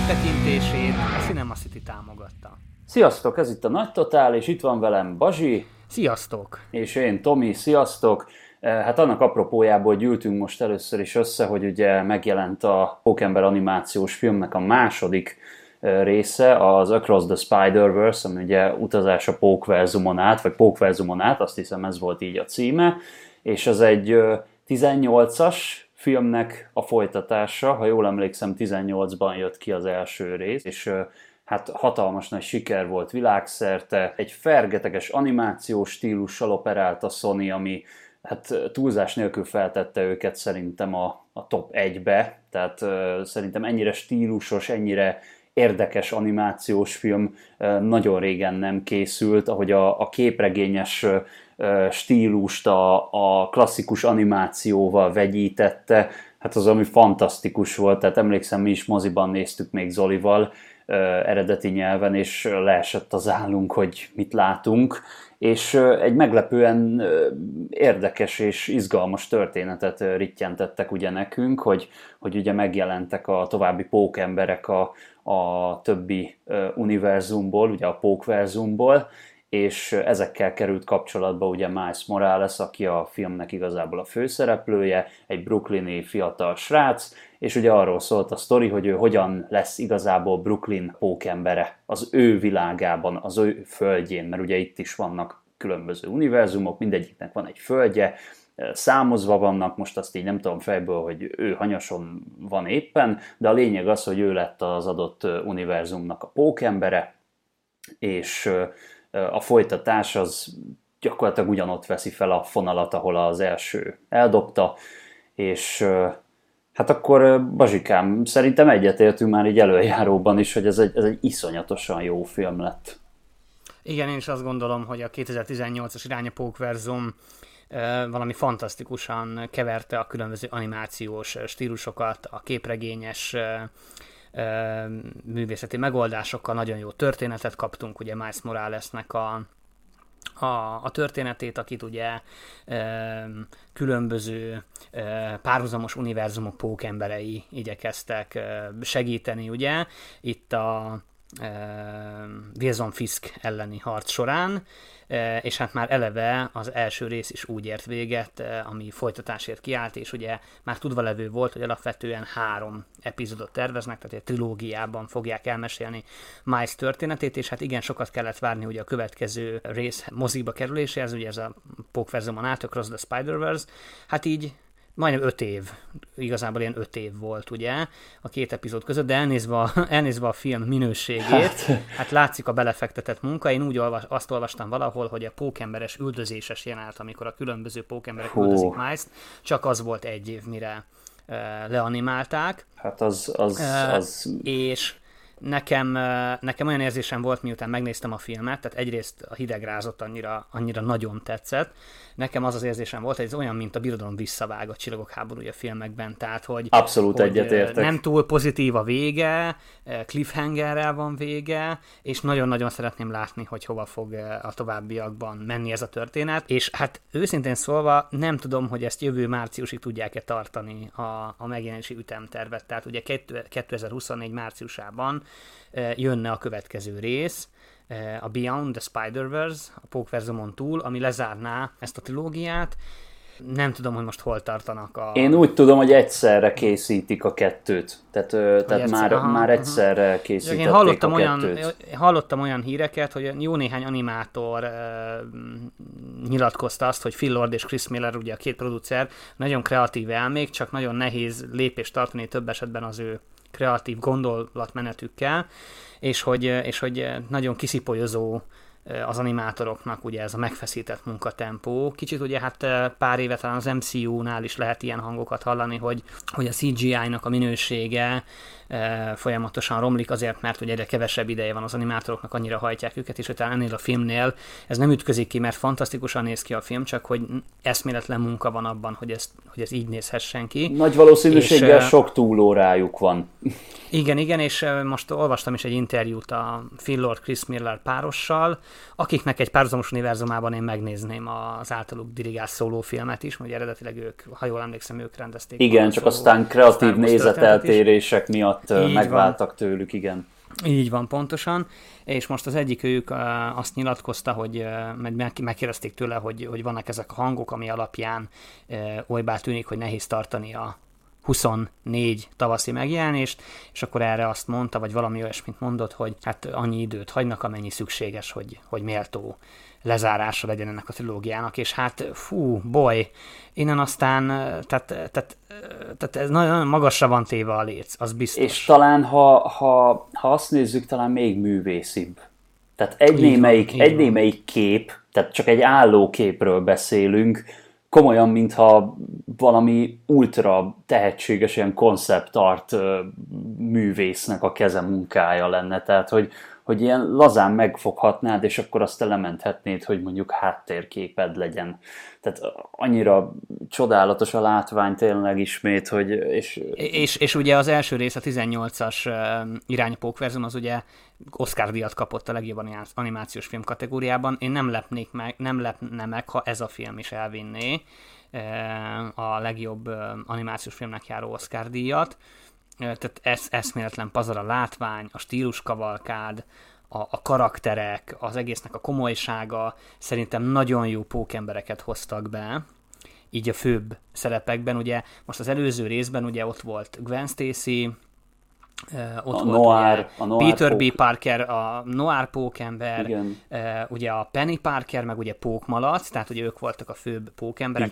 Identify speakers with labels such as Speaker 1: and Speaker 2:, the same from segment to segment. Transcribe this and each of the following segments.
Speaker 1: megtekintését a Cinema City támogatta.
Speaker 2: Sziasztok, ez itt a Nagy Totál, és itt van velem Bazsi.
Speaker 1: Sziasztok!
Speaker 2: És én, Tomi, sziasztok! Hát annak apropójából gyűltünk most először is össze, hogy ugye megjelent a Pókember animációs filmnek a második része, az Across the Spider-Verse, ami ugye utazás a Pókverzumon át, vagy Pókverzumon át, azt hiszem ez volt így a címe, és ez egy 18-as filmnek a folytatása, ha jól emlékszem 18-ban jött ki az első rész, és hát hatalmas nagy siker volt világszerte, egy fergeteges animációs stílussal operált a Sony, ami hát túlzás nélkül feltette őket szerintem a top 1-be, tehát szerintem ennyire stílusos, ennyire érdekes animációs film nagyon régen nem készült, ahogy a képregényes stílust a klasszikus animációval vegyítette, hát az ami fantasztikus volt, tehát emlékszem, mi is moziban néztük még Zolival eredeti nyelven, és leesett az állunk, hogy mit látunk, és egy meglepően érdekes és izgalmas történetet rittyentettek ugye nekünk, hogy ugye megjelentek a további pókemberek a többi univerzumból, ugye a pókverzumból, és ezekkel került kapcsolatba ugye Miles Morales, aki a filmnek igazából a főszereplője, egy brooklyni fiatal srác, és ugye arról szólt a sztori, hogy ő hogyan lesz igazából Brooklyn pókembere az ő világában, az ő földjén, mert ugye itt is vannak különböző univerzumok, mindegyiknek van egy földje, számozva vannak, most azt így nem tudom fejből, hogy ő hanyason van éppen, de a lényeg az, hogy ő lett az adott univerzumnak a pókembere, és a folytatás az gyakorlatilag ugyanott veszi fel a fonalat, ahol az első eldobta, és hát akkor Bazsikám, szerintem egyetértünk már így előjáróban is, hogy ez egy iszonyatosan jó film lett.
Speaker 1: Igen, én is azt gondolom, hogy a 2018-as Irány a Pókverzum valami fantasztikusan keverte a különböző animációs stílusokat, a képregényes művészeti megoldásokkal, nagyon jó történetet kaptunk, ugye Miles Moralesnek a történetét, akit ugye különböző párhuzamos univerzumok pókemberei igyekeztek segíteni, ugye, itt a Wilson Fisk elleni harc során, és hát már eleve az első rész is úgy ért véget, ami folytatásért kiállt, és ugye már tudva levő volt, hogy alapvetően 3 epizódot terveznek, tehát egy trilógiában fogják elmesélni Miles történetét, és hát igen, sokat kellett várni ugye a következő rész moziba kerüléséhez, ugye ez a Pókverzumon át, Across the Spider-Verse, hát így majdnem 5 év, igazából ilyen 5 év volt ugye a 2 epizód között, de elnézve a film minőségét, hát látszik a belefektetett munka. Én úgy azt olvastam valahol, hogy a pókemberes üldözéses jelenet, amikor a különböző pókemberek üldözik Miles-t, csak az volt 1 év, mire leanimálták.
Speaker 2: Hát az...
Speaker 1: És nekem olyan érzésem volt, miután megnéztem a filmet, tehát egyrészt a hideg rázott, annyira nagyon tetszett. Nekem az érzésem volt, hogy ez olyan, mint a Birodalom visszavág a Csillagok háborúja filmekben, tehát hogy,
Speaker 2: abszolút egyetértek.
Speaker 1: Nem túl pozitív a vége, cliffhangerrel van vége, és nagyon-nagyon szeretném látni, hogy hova fog a továbbiakban menni ez a történet, és hát őszintén szólva nem tudom, hogy ezt jövő márciusig tudják-e tartani a megjelenési ütemtervet, tehát ugye 2024 márciusában jönne a következő rész, a Beyond the Spider-Verse, a Pókverzumon túl, ami lezárná ezt a trilógiát. Nem tudom, hogy most hol tartanak
Speaker 2: Én úgy tudom, hogy egyszerre készítik a 2-t. Tehát már egyszerre készítették a 2-t.
Speaker 1: Hallottam olyan híreket, hogy jó néhány animátor nyilatkozta azt, hogy Phil Lord és Chris Miller, ugye a 2 producer, nagyon kreatív elmék, csak nagyon nehéz lépést tartani több esetben az ő kreatív gondolatmenetükkel, és hogy nagyon kiszipolyozó az animátoroknak ugye ez a megfeszített munkatempó. Kicsit ugye hát pár éve talán az MCU-nál is lehet ilyen hangokat hallani, hogy a CGI-nak a minősége folyamatosan romlik azért, mert ugye egyre kevesebb ideje van az animátoroknak, annyira hajtják őket, és talán ennél a filmnél ez nem ütközik ki, mert fantasztikusan néz ki a film, csak hogy eszméletlen munka van abban, hogy ez így nézhessen ki.
Speaker 2: Nagy valószínűséggel sok túlórájuk van.
Speaker 1: Igen, és most olvastam is egy interjút a Phil Lord Chris Miller párossal, akiknek egy párhuzamos univerzumában én megnézném az általuk dirigált szólófilmet is, mert eredetileg ők, ha jól emlékszem, ők rendezték.
Speaker 2: Igen, csak aztán kreatív nézeteltérések miatt megváltak tőlük, igen.
Speaker 1: Így van, pontosan, és most az egyik ők azt nyilatkozta, hogy megkérdezték tőle, hogy vannak ezek a hangok, ami alapján olybá tűnik, hogy nehéz tartani a 24 tavaszi megjelenést, és akkor erre azt mondta, vagy valami olyasmit mondott, hogy hát annyi időt hagynak, amennyi szükséges, hogy méltó lezárása legyen ennek a trilógiának, és hát innen aztán, tehát ez nagyon magasra van téve a léc, az biztos.
Speaker 2: És talán, ha azt nézzük, talán még művészibb. Tehát egy némelyik kép, tehát csak egy álló képről beszélünk, komolyan, mintha valami ultra tehetséges ilyen concept art művésznek a kezemunkája lenne. Tehát, hogy ilyen lazán megfoghatnád, és akkor azt elementhetnéd, hogy mondjuk háttérképed legyen. Tehát annyira csodálatos a látvány tényleg ismét, hogy...
Speaker 1: És ugye az első rész, a 18-as iránypókverzum, az ugye Oscar-díjat kapott a legjobb animációs film kategóriában. Én nem lepne meg, ha ez a film is elvinné a legjobb animációs filmnek járó Oscar-díjat. Tehát eszméletlen pazar a látvány, a stíluskavalkád, a karakterek, az egésznek a komolysága, szerintem nagyon jó pókembereket hoztak be, így a főbb szerepekben. Ugye most az előző részben ugye ott volt Gwen Stacy, ott volt Peter B. Parker, a Noir pókember, ugye a Penny Parker, meg ugye Pókmalac, tehát ugye ők voltak a főbb pókemberek,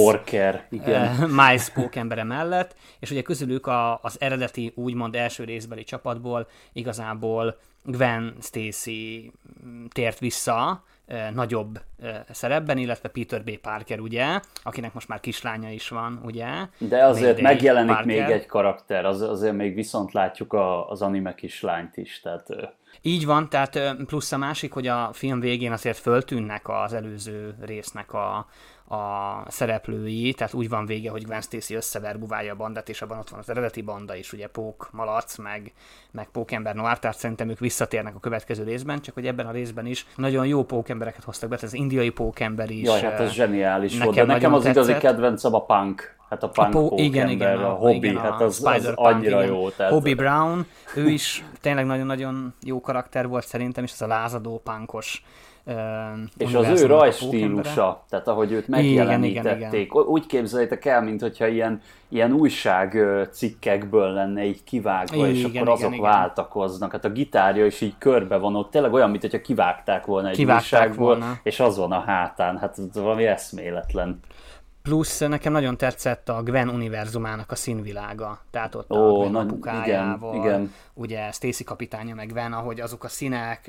Speaker 1: Miles pókembere mellett, és ugye közülük az eredeti, úgymond első részbeli csapatból igazából Gwen Stacy tért vissza nagyobb szerepben, illetve Peter B. Parker, ugye, akinek most már kislánya is van, ugye.
Speaker 2: De azért megjelenik Parker. Még egy karakter, azért még viszont látjuk az anime kislányt is, tehát...
Speaker 1: Így van, tehát plusz a másik, hogy a film végén azért föltűnnek az előző résznek a szereplői, tehát úgy van vége, hogy Gwen Stacy összeverbuválja a bandát, és abban ott van az eredeti banda is, ugye Pók, Malac, meg Pókember Noir, tehát szerintem ők visszatérnek a következő részben, csak hogy ebben a részben is nagyon jó pókembereket hoztak be, tehát az indiai pókember is.
Speaker 2: Jaj, hát ez zseniális volt, de nekem az igazi kedvencem a Punk. Hát a Punk pókember, a Hobby, hát az annyira jó. Tehát...
Speaker 1: Hobby Brown, ő is tényleg nagyon-nagyon jó karakter volt szerintem, és ez a lázadó punkos
Speaker 2: és az ő rajzstílusa, tehát ahogy őt megjelenítették, igen. Úgy képzeljétek el, mintha ilyen újságcikkekből lenne így kivágva, és akkor azok váltakoznak. Hát a gitárja is így körbe van ott, tényleg olyan, mintha kivágták volna egy újságból, és az van a hátán, hát valami eszméletlen.
Speaker 1: Plusz nekem nagyon tetszett a Gwen univerzumának a színvilága, tehát ott a Gwen apukájával, igen. Ugye Stacy kapitánya meg Gwen, ahogy azok a színek...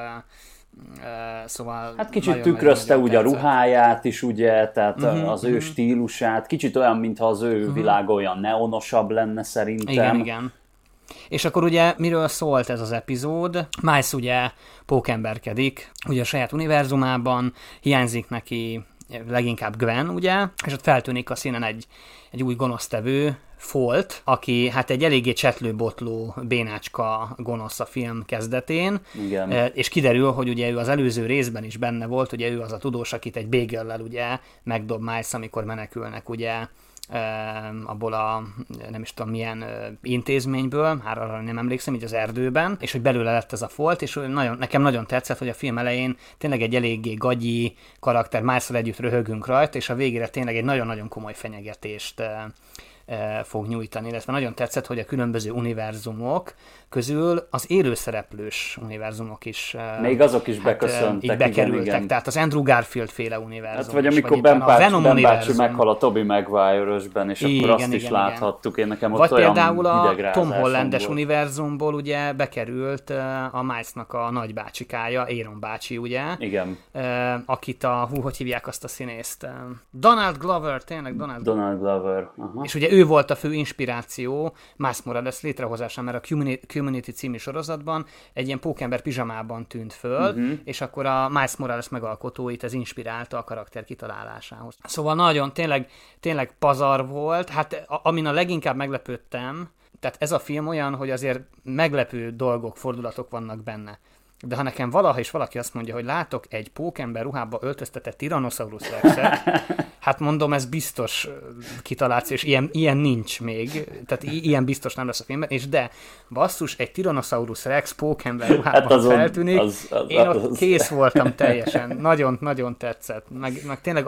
Speaker 1: szóval
Speaker 2: hát kicsit tükrözte úgy a ruháját is, ugye, tehát az ő stílusát, kicsit olyan, mintha az ő világa olyan neonosabb lenne szerintem.
Speaker 1: Igen. És akkor ugye miről szólt ez az epizód? Miles ugye pókemberkedik, ugye a saját univerzumában, hiányzik neki leginkább Gwen, ugye, és ott feltűnik a színen egy új gonosztevő, Folt, aki hát egy eléggé csetlőbotló bénácska gonosz a film kezdetén,
Speaker 2: igen.
Speaker 1: És kiderül, hogy ugye ő az előző részben is benne volt, ugye ő az a tudós, akit egy bagellel ugye megdob Miles, amikor menekülnek ugye abból a nem is tudom milyen intézményből, már arra nem emlékszem, így az erdőben, és hogy belőle lett ez a Folt, és nekem nagyon tetszett, hogy a film elején tényleg egy eléggé gagyi karakter, Miles-szal együtt röhögünk rajta, és a végére tényleg egy nagyon-nagyon komoly fenyegetést fog nyújtani, illetve nagyon tetszett, hogy a különböző univerzumok közül az élőszereplős univerzumok is
Speaker 2: még azok is beköszöntek,
Speaker 1: így bekerültek, igen. Tehát az Andrew Garfield féle univerzum.
Speaker 2: Hát vagy amikor Ben bácsi meghal a Tobey Maguire-ösben, és igen, akkor azt is láthattuk. Én nekem ott
Speaker 1: vagy
Speaker 2: olyan
Speaker 1: például a Tom Hollandes univerzumból ugye bekerült a Miles-nak a nagybácsikája, Aaron bácsi, ugye?
Speaker 2: Igen.
Speaker 1: Akit hogy hívják azt a színészt? Donald Glover, tényleg
Speaker 2: Donald Glover. Aha.
Speaker 1: És ugye ő volt a fő inspiráció Miles Morales létrehozása, mert a Community című sorozatban egy ilyen pókember pizsamában tűnt föl, és akkor a Miles Morales megalkotóit ez inspirálta a karakter kitalálásához. Szóval nagyon, tényleg pazar volt. Hát amin a leginkább meglepődtem, tehát ez a film olyan, hogy azért meglepő dolgok, fordulatok vannak benne. de ha nekem valaha is valaki azt mondja, hogy látok egy pókember ruhába öltöztetett Tyrannosaurus Rexet, hát mondom, ez biztos kitalálsz, és ilyen nincs még, tehát ilyen biztos nem lesz a filmben, és de basszus, egy Tyrannosaurus Rex pókember ruhában hát feltűnik, én ott kész voltam teljesen, nagyon tetszett, meg tényleg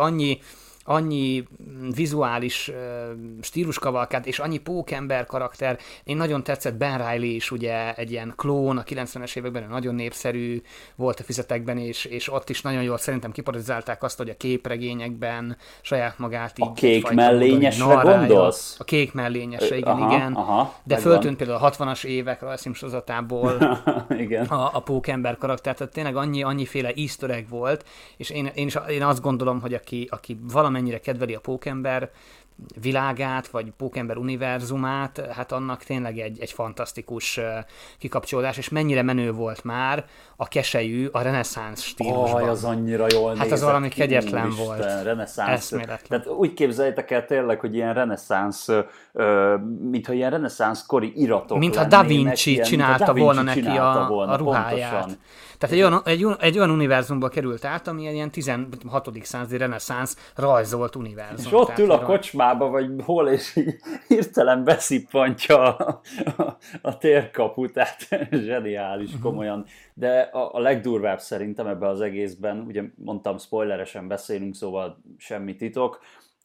Speaker 1: annyi vizuális stíluskavalkád, és annyi pókember karakter. Én nagyon tetszett Ben Reilly is, ugye egy ilyen klón a 90-es években, nagyon népszerű volt a füzetekben, és ott is nagyon jól szerintem kiparodizálták azt, hogy a képregényekben saját magát így...
Speaker 2: A kék mellényesre gondolsz?
Speaker 1: A kék mellényesre, igen. De föltűnt például a 60-as évek rajzfilmsorozatából
Speaker 2: igen.
Speaker 1: a pókember karakter, tehát tényleg annyiféle easter egg volt, és én azt gondolom, hogy aki valamennyire kedveli a pókember világát, vagy pókember univerzumát, hát annak tényleg egy fantasztikus kikapcsolódás, és mennyire menő volt már a keselyű, a reneszánsz stílusban.
Speaker 2: Az annyira jól nézett.
Speaker 1: Hát az valami kegyetlen volt.
Speaker 2: Eszméletlen. Tehát úgy képzeljétek el tényleg, hogy ilyen reneszánsz, mintha ilyen reneszánsz kori iratok
Speaker 1: mintha Da Vinci csinálta volna neki a ruháját. Pontosan. Tehát egy olyan univerzumba került át, ami egy ilyen 16. századi reneszánsz rajzolt univerzum.
Speaker 2: És ott ül a kocsmába, vagy hol, és így hirtelen beszippantja a térkaput, tehát zseniális, komolyan. De a legdurvább szerintem ebben az egészben, ugye mondtam, spoileresen beszélünk, szóval semmi titok,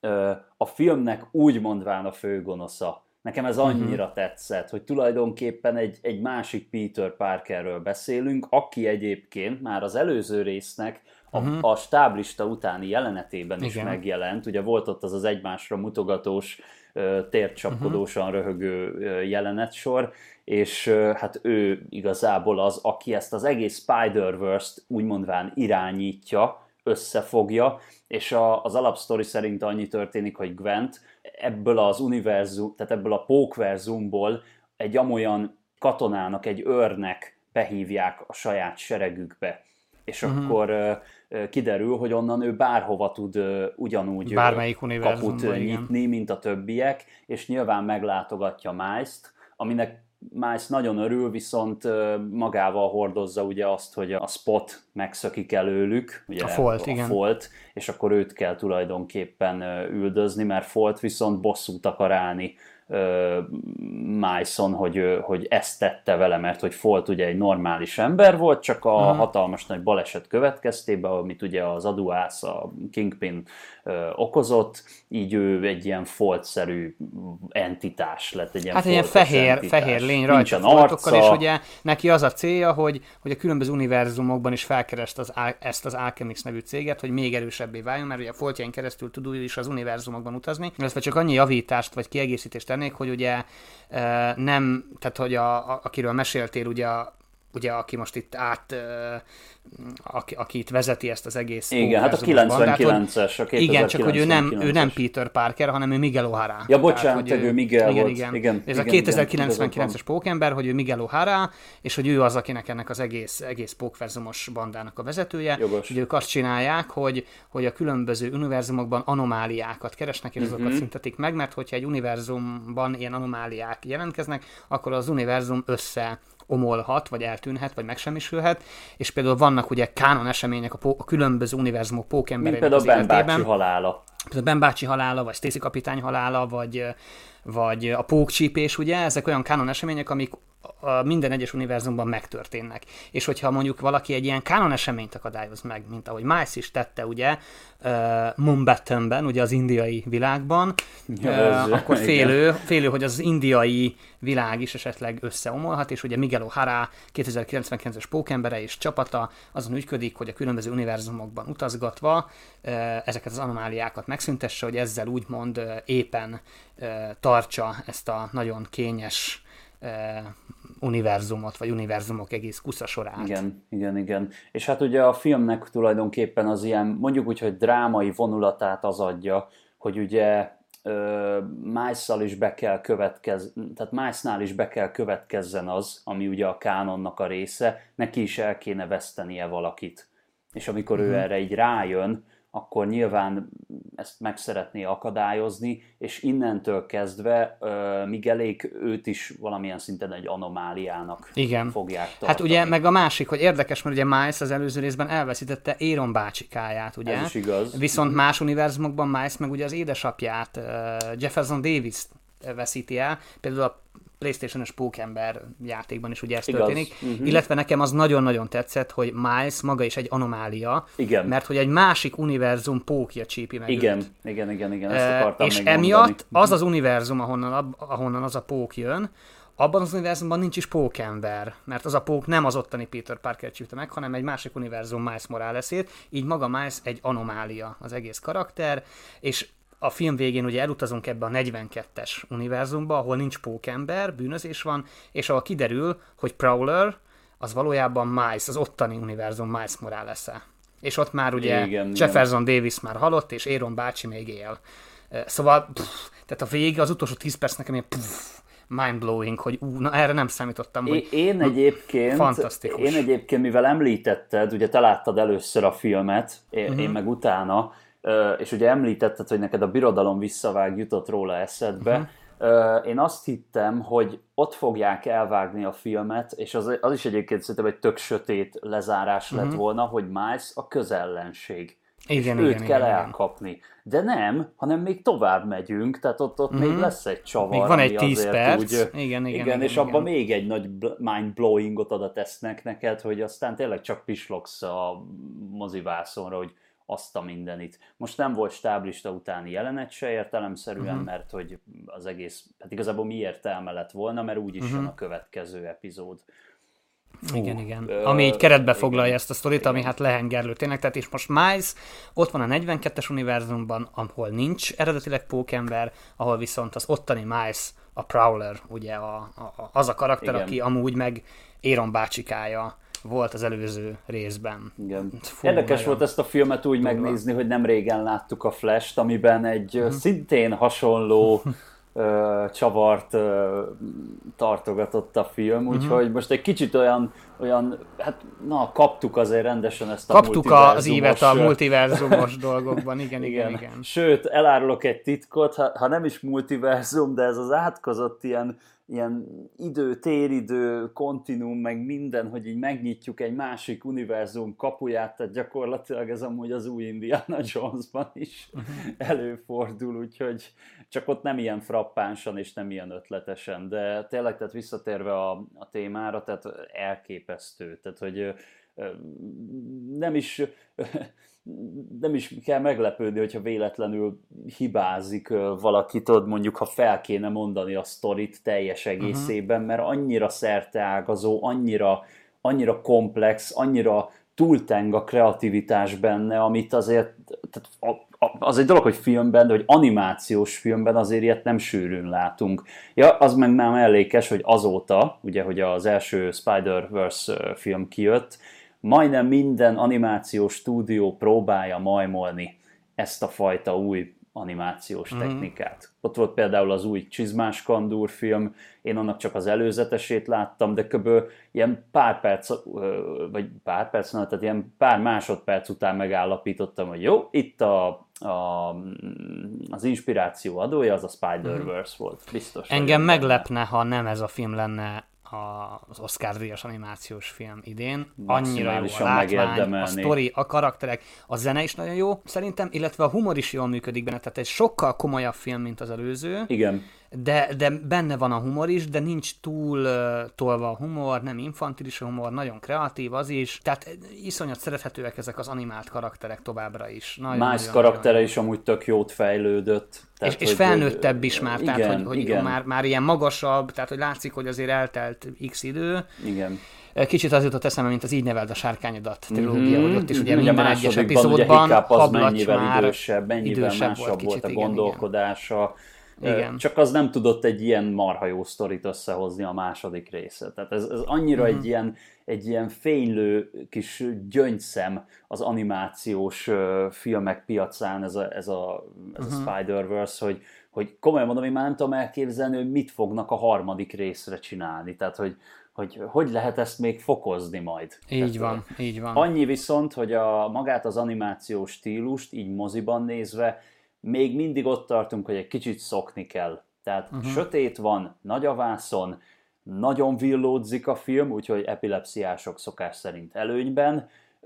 Speaker 2: a filmnek úgy mondván a főgonosza. Nekem ez annyira tetszett, hogy tulajdonképpen egy másik Peter Parkerről beszélünk, aki egyébként már az előző résznek a stáblista utáni jelenetében is megjelent. Ugye volt ott az egymásra mutogatós, tércsapkodósan röhögő jelenetsor, és hát ő igazából az, aki ezt az egész Spider-Verse-t úgymondván irányítja, összefogja, és az alapsztori szerint annyi történik, hogy Gwent ebből az univerzum, tehát ebből a pókverzumból egy amolyan katonának, egy őrnek behívják a saját seregükbe. És akkor kiderül, hogy onnan ő bárhova tud ugyanúgy kaput nyitni, mint a többiek, és nyilván meglátogatja Miles-t, aminek Miles nagyon örül, viszont magával hordozza ugye azt, hogy a Spot megszökik előlük, ugye a Folt, és akkor őt kell tulajdonképpen üldözni, mert Folt viszont bosszút akar állni Miles-on, hogy ezt tette vele, mert hogy Folt ugye egy normális ember volt, csak a hatalmas nagy baleset következtében, amit ugye az aduász, a Kingpin okozott, így ő egy ilyen Folt-szerű entitás lett, egy ilyen
Speaker 1: hát egy ilyen fehér lény rajta foltokkal, és ugye neki az a célja, hogy a különböző univerzumokban is felkerest ezt az Alchemix nevű céget, hogy még erősebbé váljon, mert ugye a foltjain keresztül tud is az univerzumokban utazni, illetve csak annyi javítást vagy kiegészítést tennék, hogy ugye nem, tehát hogy akiről meséltél, ugye aki most itt aki itt vezeti ezt az egész.
Speaker 2: Igen, hát a 99-es, a
Speaker 1: igen, csak hogy ő nem Peter Parker, hanem ő Miguel O'Hara.
Speaker 2: Ja, bocsánat, ő Miguel volt.
Speaker 1: Igen. Ez a 2099-es pókember, hogy ő Miguel O'Hara, és hogy ő az, akinek ennek az egész pókverzumos bandának a vezetője.
Speaker 2: Jogos.
Speaker 1: Ugye ők azt csinálják, hogy a különböző univerzumokban anomáliákat keresnek, és azokat szüntetik meg, mert hogyha egy univerzumban ilyen anomáliák jelentkeznek, akkor az univerzum omolhat, vagy eltűnhet, vagy megsemmisülhet, és például vannak ugye kánon események a különböző univerzumok pókembereinek
Speaker 2: az életében. Például Ben bácsi halála.
Speaker 1: Például Ben bácsi halála, vagy Stacy kapitány halála, vagy a pókcsípés, ugye, ezek olyan kánon események, amik minden egyes univerzumban megtörténnek. És hogyha mondjuk valaki egy ilyen kánon eseményt akadályoz meg, mint ahogy Miles is tette, ugye, Mumbattanben, ugye az indiai világban, akkor félő, hogy az indiai világ is esetleg összeomolhat, és ugye Miguel O'Hara 2099-es pókembere és csapata azon ügyködik, hogy a különböző univerzumokban utazgatva ezeket az anomáliákat megszüntesse, hogy ezzel úgymond éppen tartsa ezt a nagyon kényes univerzumot, vagy univerzumok egész kuszasorát.
Speaker 2: Igen. És hát ugye a filmnek tulajdonképpen az ilyen, mondjuk úgy, hogy drámai vonulatát az adja, hogy ugye Miles-nál is be kell következzen az, ami ugye a kánonnak a része, neki is el kéne vesztenie valakit. És amikor ő erre így rájön, akkor nyilván ezt meg szeretné akadályozni, és innentől kezdve Miguelék őt is valamilyen szinten egy anomáliának fogják tartani.
Speaker 1: Hát ugye meg a másik, hogy érdekes, mert ugye Miles az előző részben elveszítette Aaron bácsikáját, ugye?
Speaker 2: Ez is igaz.
Speaker 1: Viszont más univerzumokban Miles meg ugye az édesapját, Jefferson Davis veszíti el, például a PlayStation-es Pókember játékban is ugye ez történik, illetve nekem az nagyon-nagyon tetszett, hogy Miles maga is egy anomália, mert hogy egy másik univerzum pókja csípi meg
Speaker 2: igen,
Speaker 1: őt.
Speaker 2: Igen, ezt akartam
Speaker 1: és
Speaker 2: még
Speaker 1: emiatt
Speaker 2: mondani.
Speaker 1: az az univerzum, ahonnan az a pók jön, abban az univerzumban nincs is pókember, mert az a pók nem az ottani Peter Parker csípte meg, hanem egy másik univerzum Miles Moralesét, így maga Miles egy anomália az egész karakter, és a film végén ugye elutazunk ebbe a 42-es univerzumba, ahol nincs pókember, bűnözés van, és ahol kiderül, hogy Prowler az valójában Miles, az ottani univerzum Miles Morales-e. És ott már ugye Jefferson Davis már halott, és Aaron bácsi még él. Szóval, tehát a vége, az utolsó 10 perc nekem ilyen mind-blowing, hogy na erre nem számítottam, hogy
Speaker 2: én egyébként,
Speaker 1: fantasztikus.
Speaker 2: Én egyébként, mivel említetted, ugye te láttad először a filmet, én meg utána, és ugye említetted, hogy neked a Birodalom visszavág jutott róla eszedbe. Én azt hittem, hogy ott fogják elvágni a filmet, és az is egyébként szerintem egy tök sötét lezárás lett volna, hogy Miles a közellenség. Őt kell elkapni. De nem, hanem még tovább megyünk, tehát ott még lesz egy csavar.
Speaker 1: Még van egy 10 perc. Igen,
Speaker 2: és abban még egy nagy mind-blowingot oda tesznek neked, hogy aztán tényleg csak pislogsz a mozivászonra, hogy azt a mindenit. Most nem volt stáblista utáni jelenet se értelemszerűen, mert hogy az egész, hát igazából mi értelme lett volna, mert úgyis jön a következő epizód.
Speaker 1: Igen. Ami így keretbe foglalja ezt a sztorit, ami hát lehengerlő tényleg. Tehát és most Miles ott van a 42-es univerzumban, ahol nincs eredetileg pókember, ahol viszont az ottani Miles, a Prowler, ugye az a karakter, aki amúgy meg Aaron bácsikája volt az előző részben.
Speaker 2: Igen. Érdekes volt ezt a filmet úgy megnézni, hogy nem régen láttuk a Flash-t, amiben egy szintén hasonló csavart tartogatott a film, úgyhogy most egy kicsit olyan, hát na, kaptuk azért rendesen ezt a
Speaker 1: multiverzumos... Kaptuk az ívet a multiverzumos dolgokban, igen.
Speaker 2: Sőt, elárulok egy titkot, ha nem is multiverzum, de ez az átkozott ilyen idő, téridő, kontinúum, meg minden, hogy így megnyitjuk egy másik univerzum kapuját, tehát gyakorlatilag ez amúgy az új Indiana Jonesban is előfordul, úgyhogy csak ott nem ilyen frappánsan és nem ilyen ötletesen, de tényleg, tehát visszatérve a témára, tehát elképesztő, tehát hogy nem is kell meglepődni, hogyha véletlenül hibázik valaki, tudod, mondjuk, ha fel kéne mondani a sztorit teljes egészében, mert annyira szerteágazó, annyira komplex, annyira túlteng a kreativitás benne, amit azért, tehát az egy dolog, hogy filmben, de hogy animációs filmben azért ilyet nem sűrűn látunk. Ja, az meg már mellékes, hogy azóta, ugye, hogy az első Spider-Verse film kijött, majdnem minden animációs stúdió próbálja majmolni ezt a fajta új animációs technikát. Ott volt például az új Csizmás Kandúr film, én annak csak az előzetesét láttam, de kb. Ilyen tehát ilyen pár másodperc után megállapítottam, hogy jó, itt az inspiráció adója az a Spider-Verse volt. Biztos.
Speaker 1: Engem meglepne, ha nem ez a film lenne az Oscar-díjas animációs film idén. Annyira jó a látvány, a sztori, a karakterek, a zene is nagyon jó szerintem, illetve a humor is jól működik benne, tehát egy sokkal komolyabb film, mint az előző.
Speaker 2: Igen.
Speaker 1: De benne van a humor is, de nincs túl tolva a humor, nem infantilis a humor, nagyon kreatív az is, tehát iszonyat szerethetőek ezek az animált karakterek továbbra is.
Speaker 2: Más karaktere is amúgy tök jót fejlődött.
Speaker 1: Tehát, és felnőttebb is már, igen, tehát hogy már ilyen magasabb, tehát hogy látszik, hogy azért eltelt x idő.
Speaker 2: Igen.
Speaker 1: Kicsit az jutott eszembe, mint az Így neveld a sárkányodat trilógia, hogy ott is ugye minden egyes epizódban Hablacs már
Speaker 2: mennyivel másabb volt a gondolkodása.
Speaker 1: Igen.
Speaker 2: Csak az nem tudott egy ilyen marha jó sztorit összehozni a második része. Tehát ez annyira egy ilyen fénylő kis gyöngyszem az animációs filmek piacán, ez a Spider-Verse, hogy komolyan mondom, én már nem tudom elképzelni, hogy mit fognak a harmadik részre csinálni. Tehát, hogy lehet ezt még fokozni majd.
Speaker 1: Így
Speaker 2: Tehát,
Speaker 1: van, így van.
Speaker 2: Annyi viszont, hogy magát az animációs stílust, így moziban nézve, még mindig ott tartunk, hogy egy kicsit szokni kell. Tehát sötét van, nagy a vászon, nagyon villódzik a film, úgyhogy epilepsziások szokás szerint előnyben,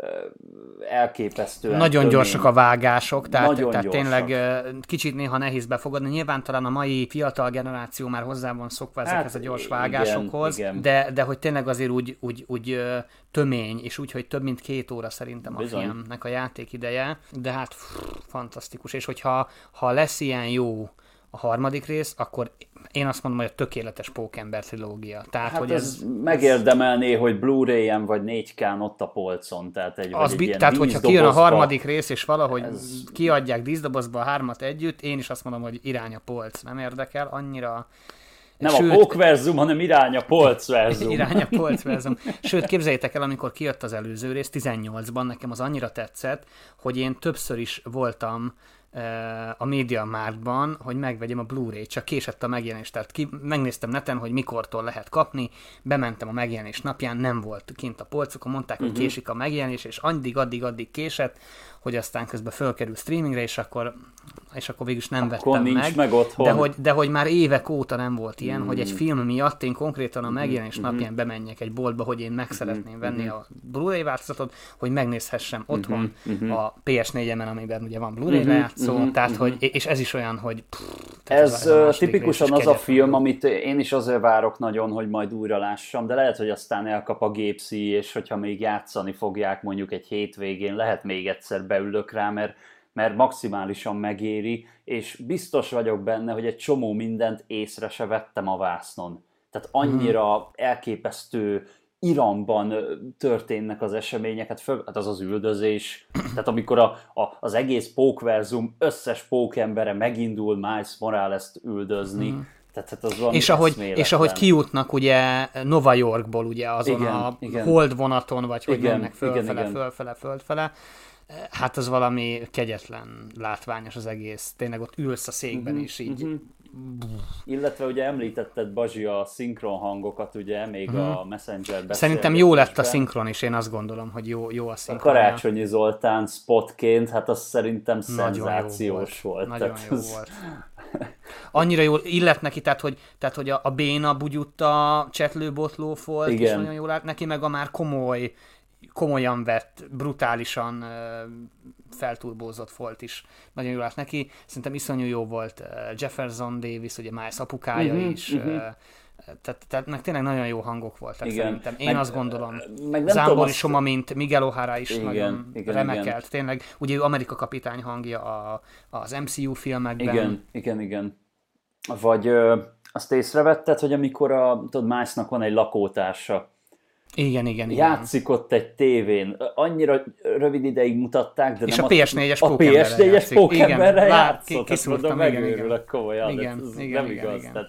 Speaker 2: elképesztően
Speaker 1: nagyon
Speaker 2: tömény,
Speaker 1: gyorsak a vágások, tehát
Speaker 2: gyorsak.
Speaker 1: Tényleg kicsit néha nehéz befogadni. Nyilván talán a mai fiatal generáció már hozzá van szokva ezekhez a gyors vágásokhoz,
Speaker 2: igen.
Speaker 1: De hogy tényleg azért úgy tömény, és úgy, hogy több mint 2 óra szerintem
Speaker 2: Bizony.
Speaker 1: a filmnek a játékideje, de hát fantasztikus, és hogyha lesz ilyen jó a harmadik rész, akkor én azt mondom, hogy a tökéletes Pókember trilógia. Tehát,
Speaker 2: Hát
Speaker 1: hogy
Speaker 2: ez megérdemelné, hogy Blu-ray-en vagy 4K-n ott a polcon, tehát egy ilyen
Speaker 1: tehát, hogyha kijön a harmadik rész, és valahogy kiadják díszdobozba a 3-at együtt, én is azt mondom, hogy irány a polc, nem érdekel annyira.
Speaker 2: Nem a Pókverzum, hanem irány a polcverzum.
Speaker 1: Irány a polcverzum. Sőt, képzeljétek el, amikor kijött az előző rész, 18-ban, nekem az annyira tetszett, hogy én többször is voltam a MediaMarktban, hogy megvegyem a Blu-ray, csak késett a megjelenés, tehát megnéztem neten, hogy mikortól lehet kapni, bementem a megjelenés napján, nem volt kint a polcokon, mondták, hogy késik a megjelenés, és addig késett, hogy aztán közben fölkerül streamingre, és akkor végülis nem vettem meg. De hogy már évek óta nem volt ilyen, hogy egy film miatt én konkrétan a megjelenés napján bemenjek egy boltba, hogy én meg szeretném venni a Blu-ray változatot, hogy megnézhessem otthon a PS4-emen, amiben ugye van Blu-ray lejátszó, tehát hogy, és ez is olyan, hogy
Speaker 2: ez tipikusan az a film, amit én is azért várok nagyon, hogy majd újra lássam, de lehet, hogy aztán elkap a gépszíj, és hogyha még játszani fogják mondjuk egy hétvégén, lehet még egyszer beülök rá, mert maximálisan megéri, és biztos vagyok benne, hogy egy csomó mindent észre se vettem a vásznon. Tehát annyira elképesztő iramban történnek az események, hát az az üldözés. Tehát amikor az egész Pókverzum összes pókembere megindul Miles Morales-t üldözni, tehát az van
Speaker 1: és ahogy kijutnak ugye Nova Yorkból ugye azon
Speaker 2: igen.
Speaker 1: Hold vonaton, vagy hogy mennek fölfele, hát az valami kegyetlen látványos az egész. Tényleg ott ülsz a székben is így.
Speaker 2: Illetve ugye említetted, Bazsi, a szinkron hangokat, ugye, még a Messenger beszélgetésben.
Speaker 1: Szerintem jó lett a szinkron is, én azt gondolom, hogy jó a szinkron.
Speaker 2: A Karácsonyi Zoltán spotként, hát az szerintem szenzációs volt.
Speaker 1: Nagyon jó volt. Annyira jól illett neki, tehát hogy a béna bugyutta csetlőbotló volt, és nagyon jól lett neki, meg a már komolyan vett, brutálisan felturbózott volt is. Nagyon jól állt neki. Szerintem iszonyú jó volt Jefferson Davis, ugye Miles apukája is. Tehát meg tényleg nagyon jó hangok voltak szerintem. Én azt gondolom. Zámbori Soma, mint Miguel O'Hara is nagyon remekelt. Tényleg, ugye ő Amerika kapitány hangja az MCU filmekben. Igen.
Speaker 2: Vagy azt észrevetted, hogy amikor Milesnak van egy lakótársa,
Speaker 1: igen.
Speaker 2: Játszik ott egy tévén. Annyira rövid ideig mutatták, de
Speaker 1: és
Speaker 2: nem
Speaker 1: a PS4-es
Speaker 2: Pókemberrel játszott.
Speaker 1: Kiszúrtam,
Speaker 2: megőrülök komolyan.
Speaker 1: Igen,
Speaker 2: nem igaz. Tehát,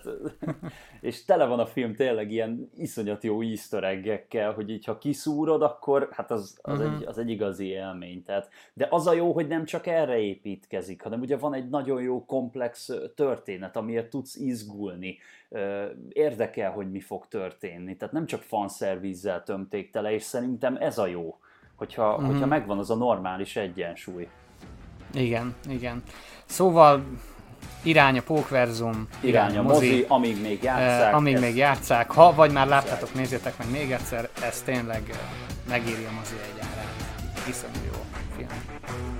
Speaker 2: és tele van a film tényleg ilyen iszonyat jó easter egg-ekkel, hogy így ha kiszúrod, akkor hát az egy igazi élmény. Tehát, de az a jó, hogy nem csak erre építkezik, hanem ugye van egy nagyon jó komplex történet, amiért tudsz izgulni. Érdekel, hogy mi fog történni. Tehát nem csak fanszervízzel tömték tele, és szerintem ez a jó, hogyha megvan az a normális egyensúly.
Speaker 1: Igen. Szóval irány a Pókverzum,
Speaker 2: irány a mozi, amíg még játsszák.
Speaker 1: Ha vagy már láttátok, nézzétek meg még egyszer, ez tényleg megéri a mozi egy árát. Iszonyú jó film.